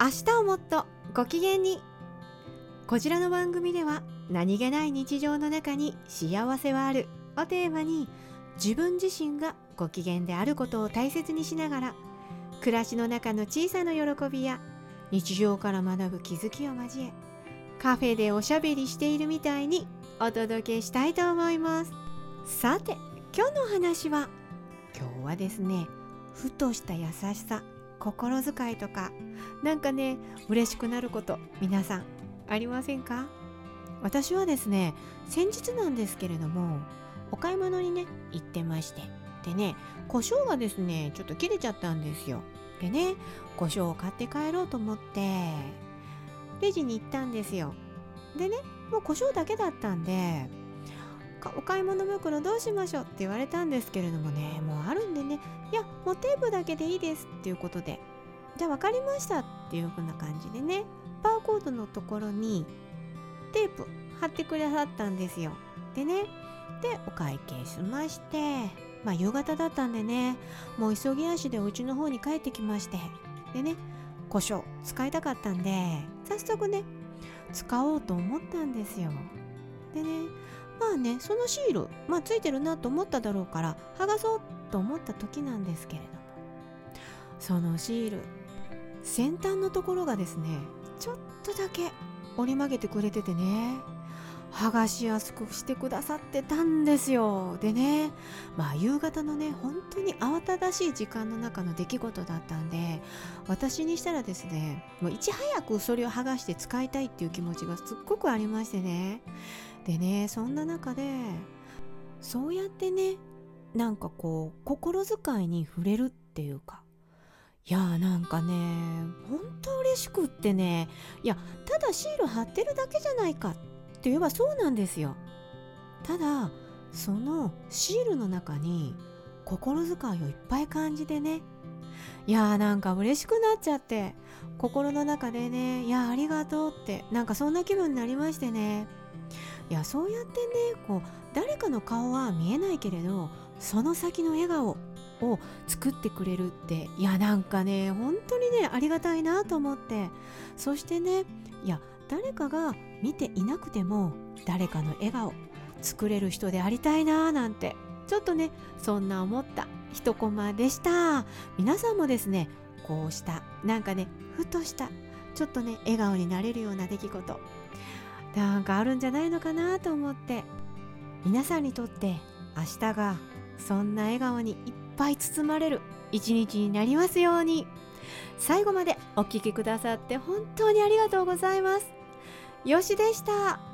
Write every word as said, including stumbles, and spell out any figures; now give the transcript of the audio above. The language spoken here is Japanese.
明日をもっとご機嫌に。こちらの番組では、何気ない日常の中に幸せはあるをテーマに、自分自身がご機嫌であることを大切にしながら、暮らしの中の小さな喜びや日常から学ぶ気づきを交え、カフェでおしゃべりしているみたいにお届けしたいと思います。さて、今日のお話は、今日はですね、ふとした優しさ、心遣いとか、なんかね、嬉しくなること、皆さんありませんか？私はですね、先日なんですけれども、お買い物にね、行ってまして、でね、胡椒がですね、ちょっと切れちゃったんですよ。でね、胡椒を買って帰ろうと思って、レジに行ったんですよ。でね、もう胡椒だけだったんで、お買い物袋どうしましょうって言われたんですけれどもね、もうあるんでね、いや、もうテープだけでいいですっていうことで、じゃあ分かりましたっていう風な感じでね、バーコードのところにテープ貼ってくださったんですよ。でね、でお会計しまして、まあ夕方だったんでね、もう急ぎ足でお家の方に帰ってきまして、でね、胡椒使いたかったんで、早速ね使おうと思ったんですよ。でね、まあね、そのシール、まあついてるなと思っただろうから剥がそうと思った時なんですけれども、そのシール、先端のところがですね、ちょっとだけ折り曲げてくれててね、剥がしやすくしてくださってたんですよ。でね、まあ夕方のね、本当に慌ただしい時間の中の出来事だったんで、私にしたらですね、もういち早くそれを剥がして使いたいっていう気持ちがすっごくありましてね。でね、そんな中でそうやってね、なんかこう心遣いに触れるっていうか、いやーなんかね、ほんと嬉しくってね、いや、ただシール貼ってるだけじゃないかって言えばそうなんですよ。ただそのシールの中に心遣いをいっぱい感じてね、いやーなんか嬉しくなっちゃって、心の中でね、いやありがとうって、なんかそんな気分になりましてね。いや、そうやってね、こう誰かの顔は見えないけれど、その先の笑顔を作ってくれるって、いやなんかね、本当にね、ありがたいなと思って、そしてね、いや誰かが見ていなくても誰かの笑顔作れる人でありたいななんて、ちょっとね、そんな思った一コマでした。皆さんもですね、こうしたなんかね、ふとしたちょっとね、笑顔になれるような出来事、なんかあるんじゃないのかなと思って、皆さんにとって明日がそんな笑顔にいっぱい包まれる一日になりますように。最後までお聞きくださって本当にありがとうございます。よしでした。